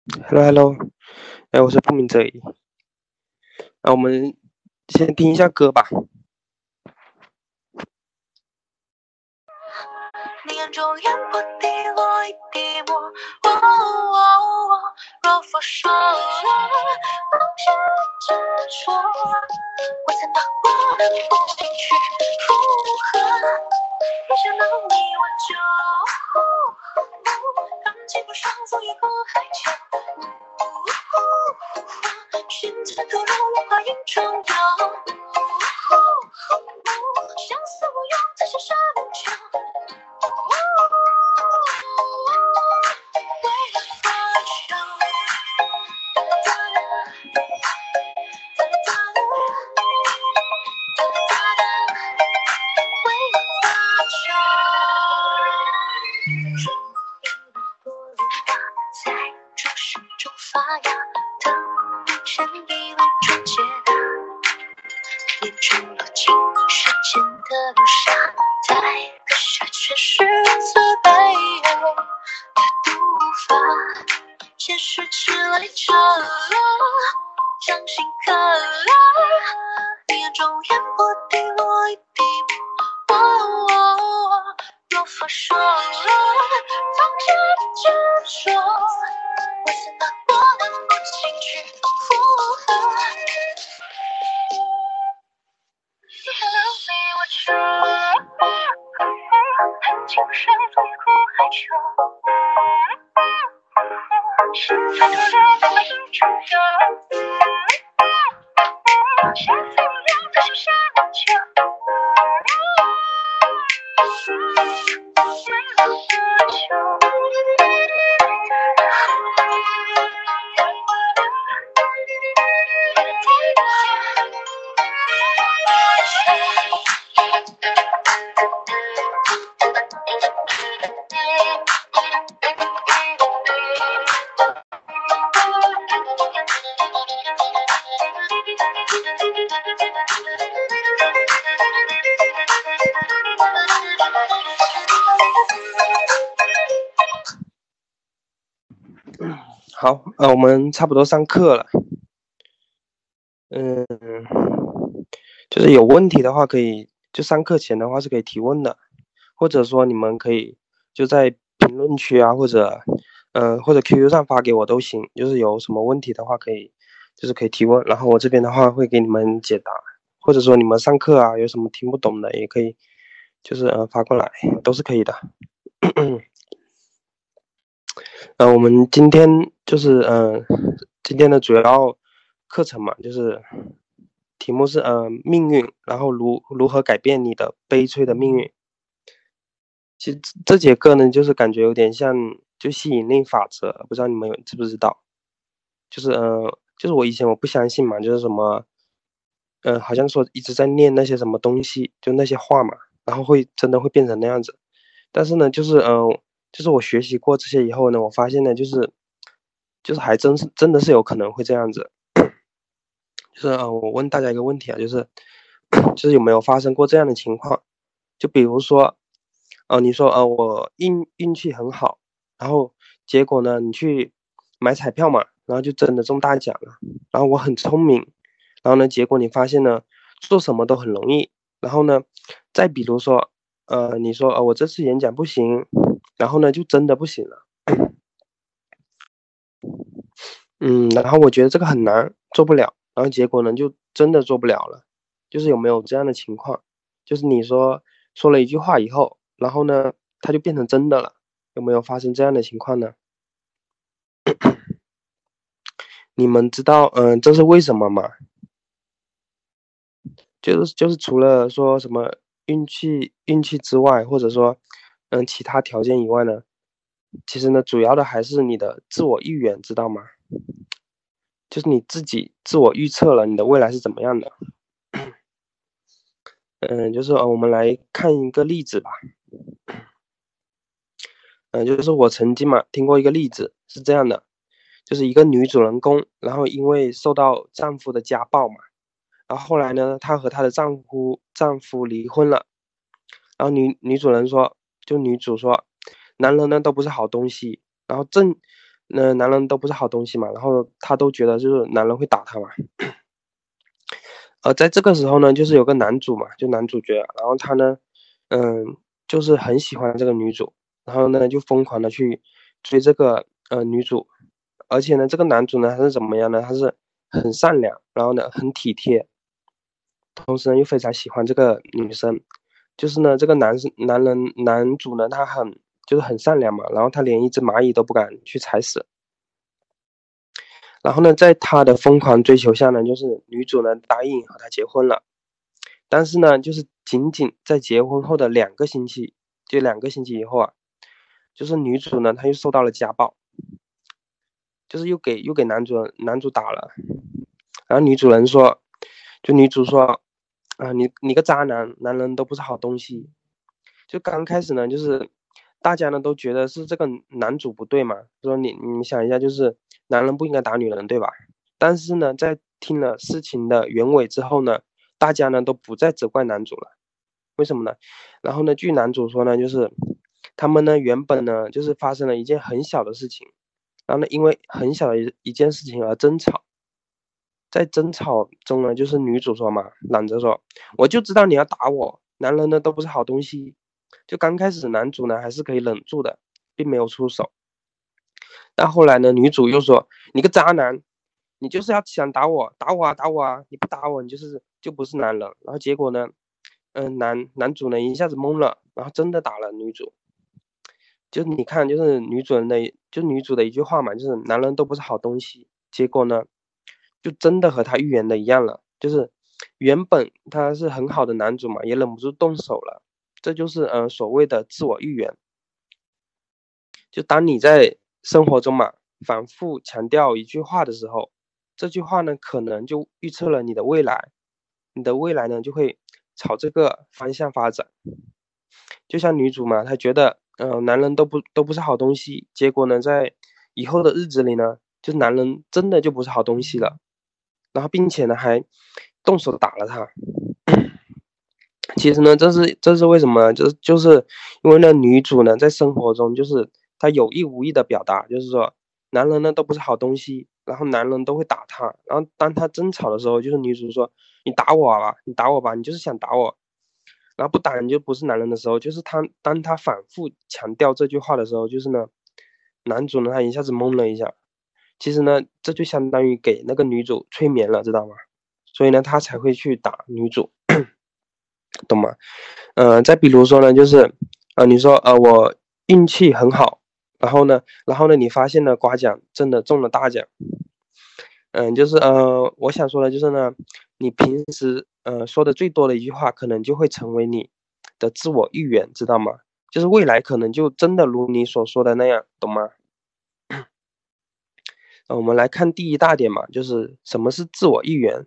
Hello，哎，我是不鸣则已。那我们先听一下歌吧。你眼中烟波滴落一滴墨，若佛说了放下执着，我曾把我的不情去附和，一想到你我就感情不上所以不害羞，寻次投入文化眼中有，相思无用在写沙门球，为了发球，为了发球，终于多绿花在这世中发芽，等前一路中解答，练出了情世间的流沙，在割舍却是如此悲哀的读法，现实迟来者掌心刻了你眼中烟波滴落一滴墨，若佛说了放下执着，我曾把我的不情去附和，一想到你我就恨情深所以苦海愁，是非徒留在一中有，相思无用在心上难求，为了奢求，好，我们差不多上课了。就是有问题的话，可以就上课前的话是可以提问的，或者说你们可以就在评论区啊，或者QQ 上发给我都行。就是有什么问题的话，可以提问，然后我这边的话会给你们解答，或者说你们上课啊有什么听不懂的，也可以发过来，都是可以的。我们今天就是今天的主要课程嘛，就是题目是命运，然后如何改变你的悲催的命运。其实这节课呢，就是感觉有点像就吸引力法则，不知道你们知不知道？就是我以前我不相信嘛，就是什么好像说一直在念那些什么东西，就那些话嘛，然后真的会变成那样子。但是呢，就是我学习过这些以后呢，我发现呢，就是还真的是有可能会这样子。就是我问大家一个问题啊，就是有没有发生过这样的情况？就比如说，你说我运气很好，然后结果呢你去买彩票嘛，然后就真的中大奖了，然后我很聪明，然后呢结果你发现呢做什么都很容易，然后呢再比如说你说我这次演讲不行，然后呢就真的不行了。然后我觉得这个很难，做不了，然后结果呢就真的做不了了。就是有没有这样的情况？就是你说了一句话以后，然后呢它就变成真的了，有没有发生这样的情况呢？你们知道这是为什么吗？就是除了说什么运气之外，或者说其他条件以外呢，其实呢主要的还是你的自我意愿，知道吗？就是你自己自我预测了你的未来是怎么样的。就是我们来看一个例子吧。就是我曾经嘛听过一个例子是这样的，就是一个女主人公，然后因为受到丈夫的家暴嘛，然后后来呢，她和她的丈夫离婚了，然后女主说，男人呢都不是好东西，然后那男人都不是好东西嘛，然后他都觉得就是男人会打他嘛。在这个时候呢，就是有个男主嘛，就男主角，然后他呢，就是很喜欢这个女主，然后呢就疯狂的去追这个女主，而且呢这个男主呢他是怎么样呢？他是很善良，然后呢很体贴，同时呢又非常喜欢这个女生，就是呢这个男主呢他就是很善良嘛，然后他连一只蚂蚁都不敢去踩死。然后呢，在他的疯狂追求下呢，就是女主呢答应和他结婚了，但是呢，就是仅仅在结婚后的2个星期，就2个星期以后啊，就是女主呢她又受到了家暴，就是又给男主打了，然后女主说啊，你个渣男，男人都不是好东西。就刚开始呢，就是大家呢都觉得是这个男主不对嘛，说你想一下，就是男人不应该打女人，对吧？但是呢，在听了事情的原委之后呢，大家呢都不再责怪男主了，为什么呢？然后呢，据男主说呢，就是他们呢原本呢就是发生了一件很小的事情，然后呢因为很小的一件事情而争吵，在争吵中呢，就是女主说嘛，嚷着说，我就知道你要打我，男人呢都不是好东西。就刚开始男主呢还是可以忍住的，并没有出手。但后来呢，女主又说，你个渣男，你就是要想打我，打我啊，打我啊，你不打我，你就不是男人。然后结果呢，男主呢一下子懵了，然后真的打了女主。就是你看，就是女主的一句话嘛，就是男人都不是好东西。结果呢，就真的和他预言的一样了，就是原本他是很好的男主嘛，也忍不住动手了。这就是所谓的自我预言。就当你在生活中嘛，反复强调一句话的时候，这句话呢可能就预测了你的未来，你的未来呢就会朝这个方向发展。就像女主嘛，她觉得男人都不是好东西，结果呢在以后的日子里呢，就男人真的就不是好东西了，然后并且呢还动手打了她。其实呢，这是为什么？就是因为呢，女主呢在生活中就是她有意无意的表达，就是说男人呢都不是好东西，然后男人都会打她，然后当她争吵的时候，就是女主说你打我吧，你打我吧，你就是想打我，然后不打你就不是男人的时候，就是当他反复强调这句话的时候，就是呢，男主呢他一下子懵了一下，其实呢这就相当于给那个女主催眠了，知道吗？所以呢他才会去打女主。懂吗？再比如说呢，就是你说我运气很好，然后呢你发现了刮奖真的中了大奖。就是我想说的就是呢，你平时说的最多的一句话，可能就会成为你的自我预言，知道吗？就是未来可能就真的如你所说的那样，懂吗？我们来看第一大点嘛，就是什么是自我预言。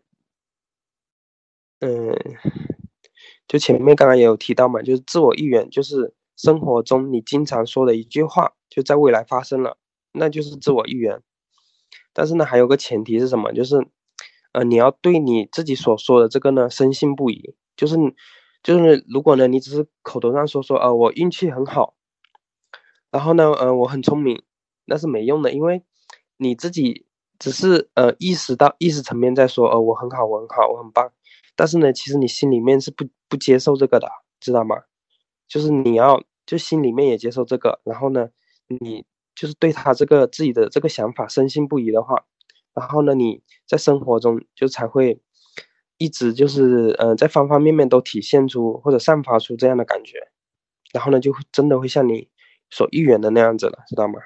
嗯，就前面刚刚也有提到嘛，就是自我预言，就是生活中你经常说的一句话，就在未来发生了，那就是自我预言。但是呢，还有个前提是什么？就是，你要对你自己所说的这个呢深信不疑。就是如果呢你只是口头上说，我运气很好，然后呢，我很聪明，那是没用的，因为你自己只是意识层面在说，我很好，我很好，我很棒，但是呢，其实你心里面是不接受这个的，知道吗？就是你要就心里面也接受这个，然后呢，你就是对他这个自己的这个想法深信不疑的话，然后呢，你在生活中就才会一直就是在方方面面都体现出或者散发出这样的感觉，然后呢，就真的会像你所预言的那样子了，知道吗？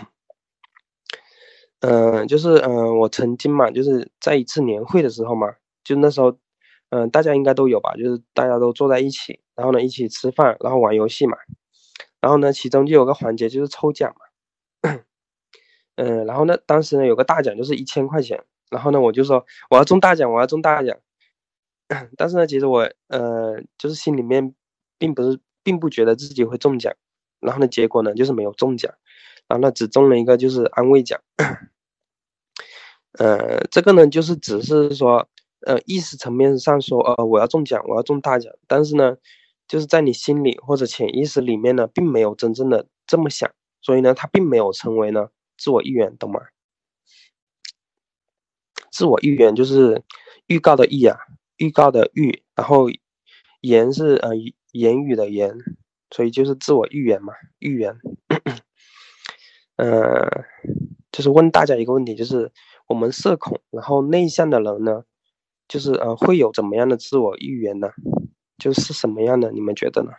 就是我曾经嘛，就是在一次年会的时候嘛，就那时候，大家应该都有吧，就是大家都坐在一起，然后呢一起吃饭，然后玩游戏嘛，然后呢其中就有个环节就是抽奖嘛。然后呢当时呢有个大奖就是1000块钱，然后呢我就说我要中大奖，我要中大奖。但是呢其实我就是心里面并不觉得自己会中奖，然后呢结果呢就是没有中奖，然后呢只中了一个就是安慰奖。这个呢，就是只是说，意识层面上说，我要中奖，我要中大奖，但是呢，就是在你心里或者潜意识里面呢，并没有真正的这么想，所以呢，它并没有成为呢自我预言，懂吗？自我预言就是预告的预啊，预告的预，然后言是言语的言，所以就是自我预言嘛，预言。呃，就是问大家一个问题，就是我们社恐然后内向的人呢，就是会有怎么样的自我预言呢？就是什么样的？你们觉得呢？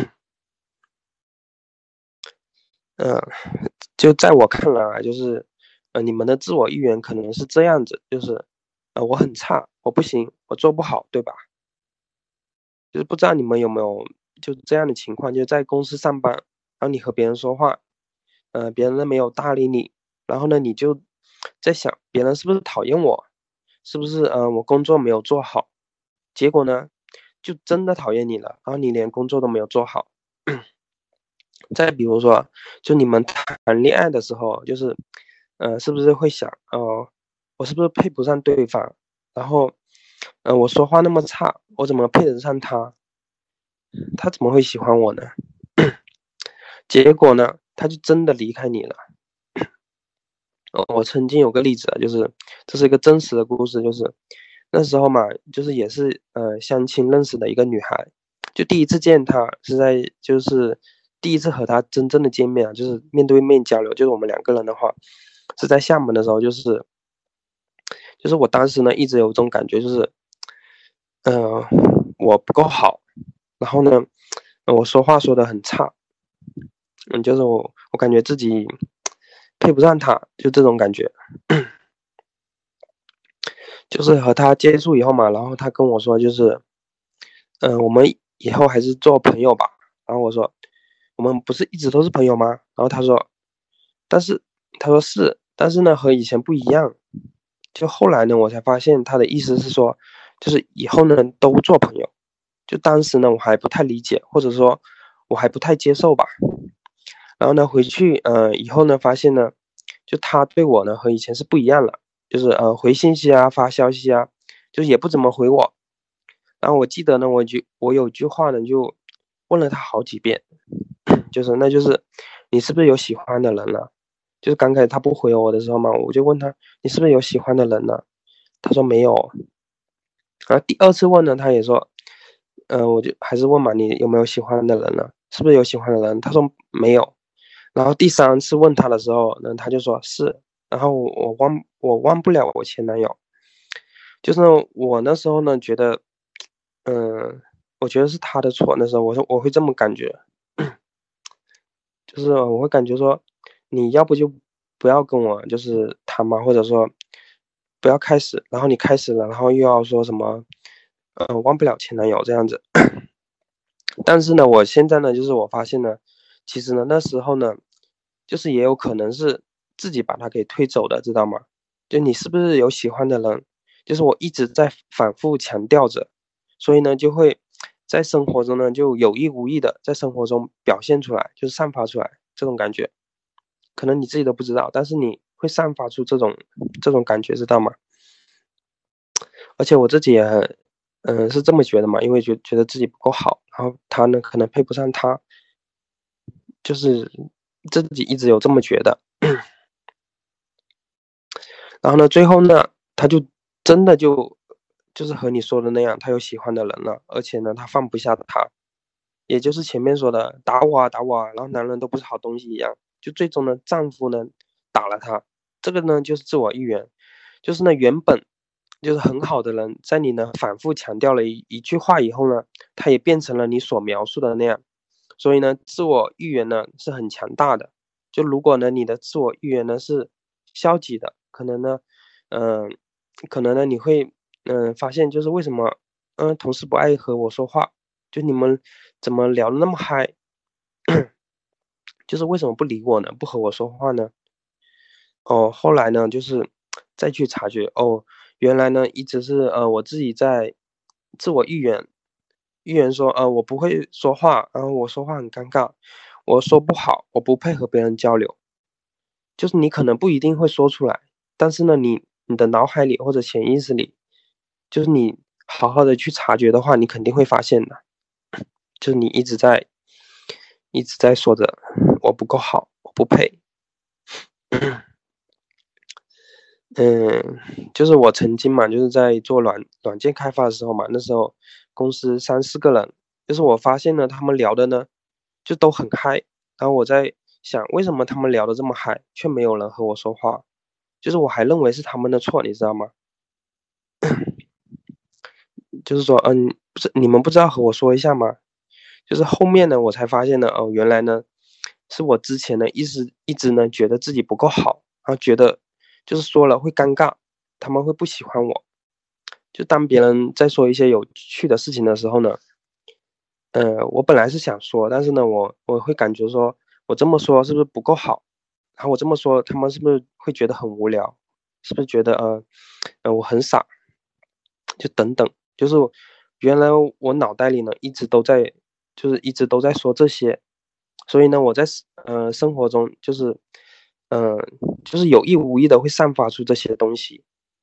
嗯、就在我看来啊，就是你们的自我预言可能是这样子，就是我很差，我不行，我做不好，对吧？就是不知道你们有没有就这样的情况，就在公司上班，然后你和别人说话，别人呢没有搭理你，然后呢你就在想别人是不是讨厌我，是不是我工作没有做好，结果呢就真的讨厌你了，然后你连工作都没有做好。再比如说，就你们谈恋爱的时候，就是，是不是会想，我是不是配不上对方？然后，我说话那么差，我怎么配得上他？他怎么会喜欢我呢？结果呢，他就真的离开你了。我曾经有个例子啊，就是这是一个真实的故事，就是那时候嘛，就是也是相亲认识的一个女孩，就第一次见她是在就是第一次和她真正的见面啊，就是面对面交流，就是我们两个人的话是在厦门的时候，就是我当时呢一直有一种感觉，就是我不够好，然后呢我说话说的很差，就是我感觉自己配不上她，就这种感觉。就是和他接触以后嘛，然后他跟我说，就是，我们以后还是做朋友吧。然后我说，我们不是一直都是朋友吗？然后他说，但是他说是，但是呢和以前不一样。就后来呢，我才发现他的意思是说，就是以后呢都做朋友。就当时呢我还不太理解，或者说我还不太接受吧。然后呢回去，以后呢发现呢，就他对我呢和以前是不一样了，就是回信息啊发消息啊，就是也不怎么回我。然后我记得呢，我有句话呢就问了他好几遍，就是你是不是有喜欢的人了？就是刚开始他不回我的时候嘛，我就问他你是不是有喜欢的人了？他说没有。然后第二次问呢，他也说，我就还是问嘛，你有没有喜欢的人了？是不是有喜欢的人？他说没有。然后第三次问他的时候呢，他就说是。然后我忘不了我前男友，就是我那时候呢觉得，我觉得是他的错。那时候我会这么感觉，就是我会感觉说，你要不就不要跟我就是谈嘛，或者说不要开始，然后你开始了，然后又要说什么，忘不了前男友这样子。但是呢，我现在呢，就是我发现呢，其实呢，那时候呢，就是也有可能是自己把他给推走的，知道吗？就你是不是有喜欢的人？就是我一直在反复强调着，所以呢，就会在生活中呢，就有意无意的在生活中表现出来，就是散发出来这种感觉，可能你自己都不知道，但是你会散发出这种感觉，知道吗？而且我自己也很，是这么觉得嘛，因为觉得自己不够好，然后他呢可能配不上他，就是自己一直有这么觉得。然后呢，最后呢，他就真的就是和你说的那样，他有喜欢的人了，而且呢，他放不下他，也就是前面说的打我啊打我啊，然后男人都不是好东西一样，就最终呢，丈夫呢打了他，这个呢就是自我预言，就是呢原本就是很好的人，在你呢反复强调了一句话以后呢，他也变成了你所描述的那样，所以呢，自我预言呢是很强大的。就如果呢你的自我预言呢是消极的，可能呢，嗯、可能呢你会发现就是为什么同事不爱和我说话，就你们怎么聊得那么嗨，就是为什么不理我呢？不和我说话呢？哦，后来呢，就是再去察觉，哦，原来呢一直是我自己在自我预言，预言说我不会说话，然后我说话很尴尬，我说不好，我不配合别人交流。就是你可能不一定会说出来，但是呢，你的脑海里或者潜意识里，就是你好好的去察觉的话，你肯定会发现的，就是你一直在说着我不够好，我不配。 就是我曾经嘛，就是在做软件开发的时候嘛，那时候公司3、4个人，就是我发现呢，他们聊的呢，就都很嗨，然后我在想，为什么他们聊得这么嗨，却没有人和我说话？就是我还认为是他们的错，你知道吗？就是说，不是你们不知道和我说一下吗？就是后面呢，我才发现呢，哦，原来呢，是我之前呢一直呢觉得自己不够好，然后觉得就是说了会尴尬，他们会不喜欢我。就当别人在说一些有趣的事情的时候呢，我本来是想说，但是呢，我会感觉说我这么说是不是不够好？然后我这么说，他们是不是会觉得很无聊？是不是觉得我很傻？就等等，就是原来我脑袋里呢一直都在说这些，所以呢，我在生活中嗯、呃就是有意无意的会散发出这些东西，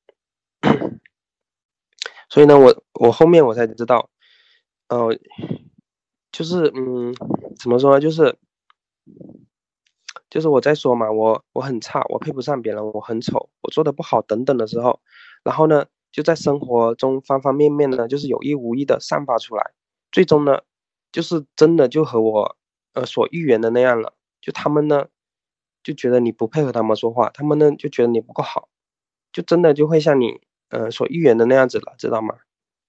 所以呢，我后面我才知道，呃，就是怎么说呢，就是我在说嘛，我很差，我配不上别人，我很丑，我做的不好等等的时候，然后呢，就在生活中方方面面呢，就是有意无意的散发出来，最终呢，就是真的就和我所预言的那样了，就他们呢就觉得你不配合他们说话，他们呢就觉得你不够好，就真的就会像你所预言的那样子了，知道吗？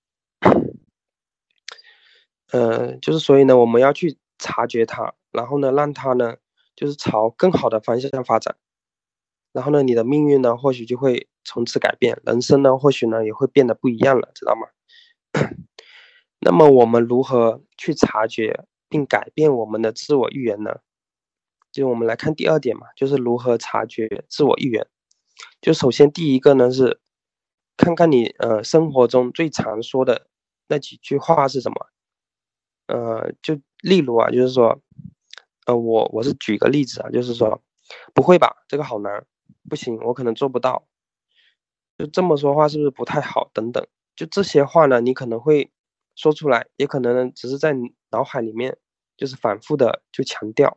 就是所以呢，我们要去察觉它，然后呢，让它呢就是朝更好的方向发展。然后呢，你的命运呢，或许就会从此改变，人生呢，或许呢，也会变得不一样了，知道吗？那么我们如何去察觉并改变我们的自我预言呢？就我们来看第二点嘛，就是如何察觉自我预言。就首先第一个呢是，看看你生活中最常说的那几句话是什么。就例如啊，就是说，我是举个例子啊，就是说，不会吧，这个好难，不行，我可能做不到。就这么说话是不是不太好？等等，就这些话呢，你可能会说出来，也可能呢只是在你脑海里面就是反复的就强调。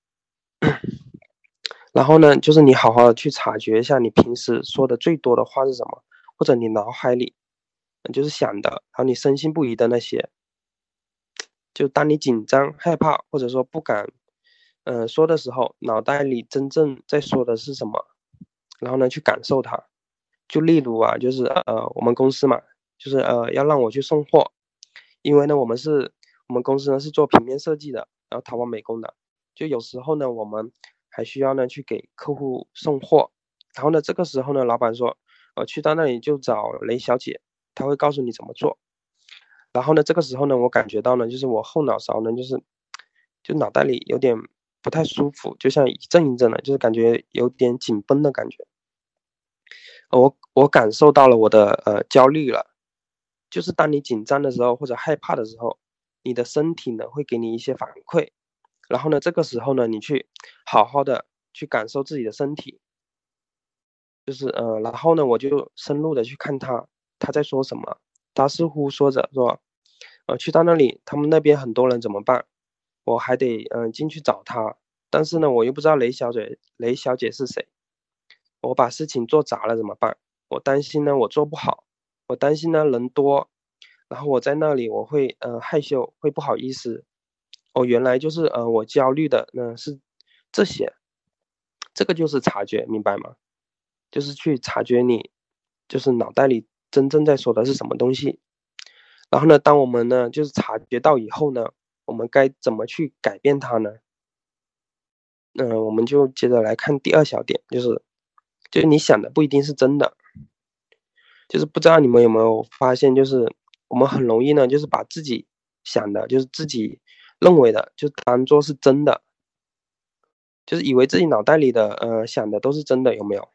然后呢，就是你好好的去察觉一下，你平时说的最多的话是什么，或者你脑海里就是想的，然后你深信不疑的那些。就当你紧张、害怕或者说不敢，说的时候，脑袋里真正在说的是什么？然后呢，去感受它。就例如啊，就是我们公司嘛，就是要让我去送货，因为呢，我们公司呢是做平面设计的，然后淘宝美工的，就有时候呢，我们还需要呢去给客户送货，然后呢，这个时候呢，老板说，去到那里就找雷小姐，她会告诉你怎么做。然后呢，这个时候呢，我感觉到呢，就是我后脑勺呢，就脑袋里有点不太舒服，就像一阵一阵的，就是感觉有点紧绷的感觉。我感受到了我的焦虑了，就是当你紧张的时候或者害怕的时候，你的身体呢会给你一些反馈，然后呢，这个时候呢，你去好好的去感受自己的身体，就是然后呢，我就深入的去看他在说什么，他似乎说着说，去到那里，他们那边很多人怎么办？我还得进去找他，但是呢，我又不知道雷小姐是谁，我把事情做砸了怎么办？我担心呢，我做不好，我担心呢人多，然后我在那里我会害羞，会不好意思。哦，原来就是我焦虑的呢是这些，这个就是察觉，明白吗？就是去察觉你就是脑袋里真正在说的是什么东西。然后呢，当我们呢就是察觉到以后呢，我们该怎么去改变它呢？我们就接着来看第二小点，就是你想的不一定是真的，就是不知道你们有没有发现，就是我们很容易呢，就是把自己想的，就是自己认为的，就当做是真的，就是以为自己脑袋里的想的都是真的，有没有？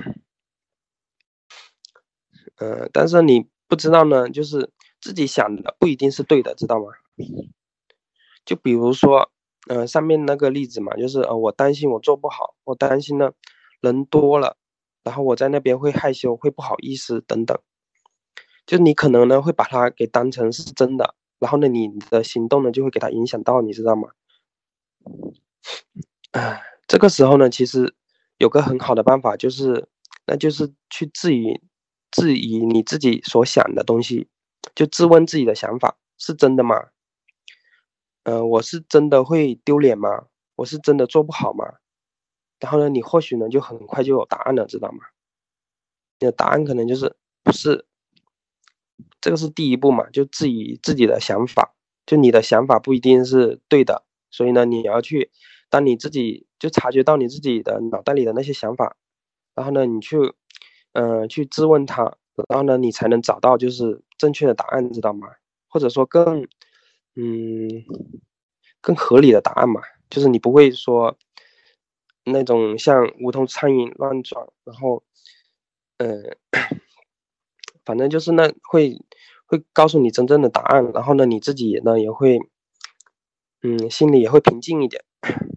但是你不知道呢，就是自己想的不一定是对的，知道吗？就比如说，上面那个例子嘛，就是我担心我做不好，我担心呢人多了，然后我在那边会害羞，会不好意思等等。就你可能呢会把它给当成是真的，然后呢你的行动呢就会给它影响到，你知道吗？这个时候呢，其实有个很好的办法，就是那就是去质疑你自己所想的东西，就质问自己的想法是真的吗？我是真的会丢脸吗？我是真的做不好吗？然后呢，你或许呢就很快就有答案了，知道吗？你的答案可能就是不是，这个是第一步嘛，就质疑自己的想法，就你的想法不一定是对的，所以呢，你要去，当你自己就察觉到你自己的脑袋里的那些想法，然后呢，你去质问他，然后呢，你才能找到就是正确的答案，知道吗？或者说嗯更合理的答案嘛，就是你不会说那种像无头苍蝇乱转，然后呃反正就是那会告诉你真正的答案，然后呢，你自己呢也会心里也会平静一点。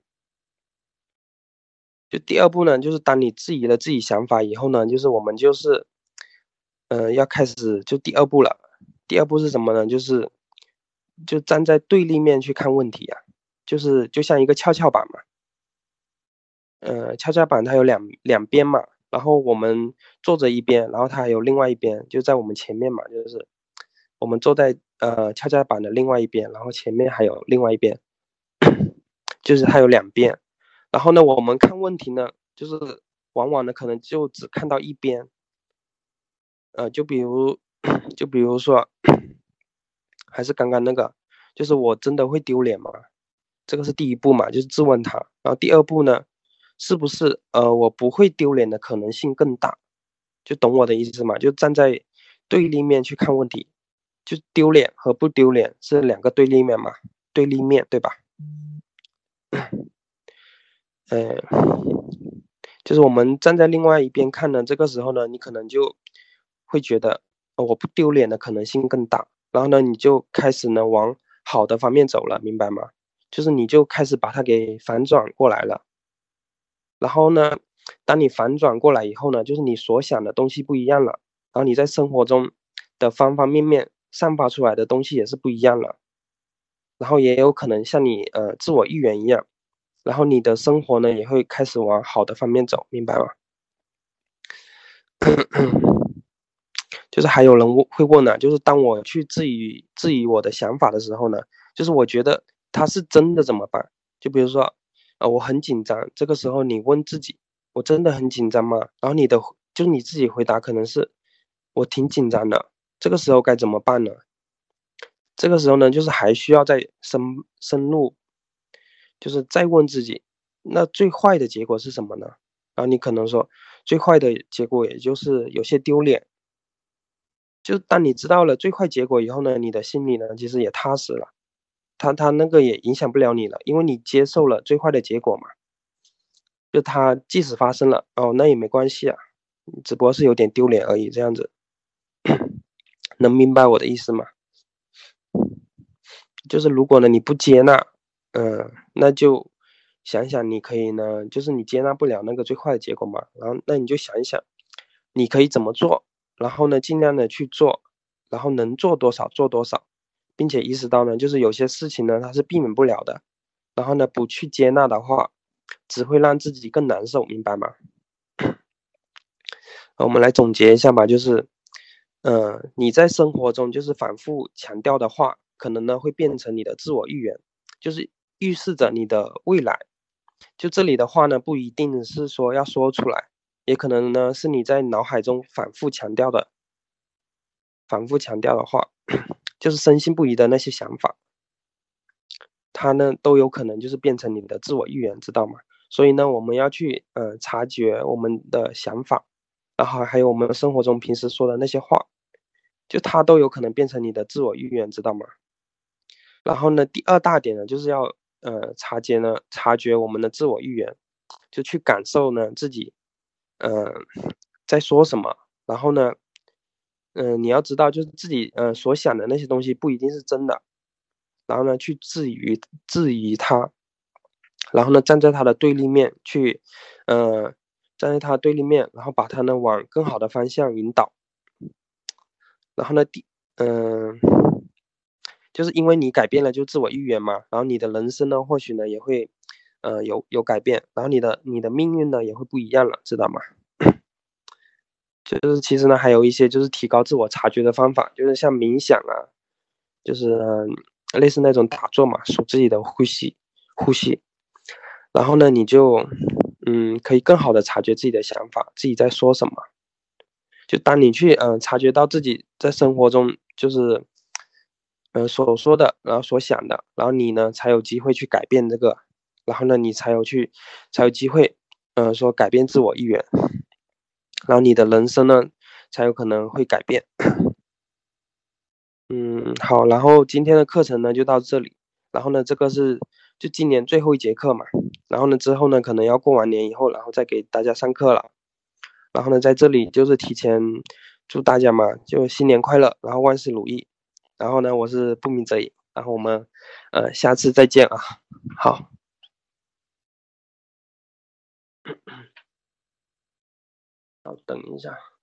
就第二步呢，就是当你质疑了自己想法以后呢，就是我们就是要开始就第二步了。第二步是什么呢？就站在对立面去看问题啊，就是就像一个跷跷板嘛。跷跷板它有两边嘛，然后我们坐着一边，然后它还有另外一边，就在我们前面嘛，就是我们坐在跷跷板的另外一边，然后前面还有另外一边，就是它有两边。然后呢，我们看问题呢，就是往往呢可能就只看到一边，就比如就比如说，还是刚刚那个，就是我真的会丢脸吗？这个是第一步嘛，就是质问他。然后第二步呢，是不是我不会丢脸的可能性更大？就懂我的意思嘛？就站在对立面去看问题，就丢脸和不丢脸是两个对立面嘛，对立面对吧？就是我们站在另外一边看呢，这个时候呢，你可能就会觉得，我不丢脸的可能性更大。然后呢，你就开始呢往好的方面走了，明白吗？就是你就开始把它给反转过来了。然后呢，当你反转过来以后呢，就是你所想的东西不一样了，然后你在生活中的方方面面散发出来的东西也是不一样了。然后也有可能像你自我预言一样，然后你的生活呢也会开始往好的方面走，明白吗？就是还有人会问呢，就是当我去质疑我的想法的时候呢，就是我觉得他是真的怎么办？就比如说，我很紧张，这个时候你问自己，我真的很紧张吗？然后就是你自己回答可能是，我挺紧张的，这个时候该怎么办呢？这个时候呢，就是还需要再深入，就是再问自己，那最坏的结果是什么呢？然后你可能说，最坏的结果也就是有些丢脸。就当你知道了最坏结果以后呢，你的心里呢其实也踏实了，他那个也影响不了你了，因为你接受了最坏的结果嘛，就他即使发生了，那也没关系啊，只不过是有点丢脸而已，这样子，能明白我的意思吗？就是如果呢你不接纳，那就想想你可以呢，就是你接纳不了那个最坏的结果嘛，然后那你就想一想，你可以怎么做，然后呢尽量的去做，然后能做多少做多少，并且意识到呢，就是有些事情呢它是避免不了的，然后呢不去接纳的话，只会让自己更难受，明白吗？我们来总结一下吧，就是，你在生活中就是反复强调的话，可能呢会变成你的自我预言，就是预示着你的未来。就这里的话呢，不一定是说要说出来，也可能呢是你在脑海中反复强调的话，就是深信不疑的那些想法，它呢都有可能就是变成你的自我预言，知道吗？所以呢，我们要去察觉我们的想法，然后还有我们生活中平时说的那些话，就它都有可能变成你的自我预言，知道吗？然后呢，第二大点呢，就是要察觉我们的自我预言，就去感受呢自己呃在说什么，然后呢，你要知道就是自己所想的那些东西不一定是真的，然后呢去质疑它，然后呢站在它的对立面去，呃站在它的对立面，然后把它呢往更好的方向引导，然后呢嗯、就是因为你改变了就自我预言嘛，然后你的人生呢或许呢也会有改变，然后你的命运呢也会不一样了，知道吗？ 就是其实呢，还有一些就是提高自我察觉的方法，就是像冥想啊，就是类似那种打坐嘛，数自己的呼吸，然后呢，你就可以更好的察觉自己的想法，自己在说什么。就当你去察觉到自己在生活中就是所说的，然后所想的，然后你呢才有机会去改变这个，然后呢你才有机会说改变自我意愿，然后你的人生呢才有可能会改变。好，然后今天的课程呢就到这里，然后呢这个是就今年最后一节课嘛，然后呢之后呢可能要过完年以后，然后再给大家上课了。然后呢，在这里就是提前祝大家嘛，就新年快乐，然后万事如意。然后呢，我是不鸣则已，然后我们下次再见啊。好，好，等一下。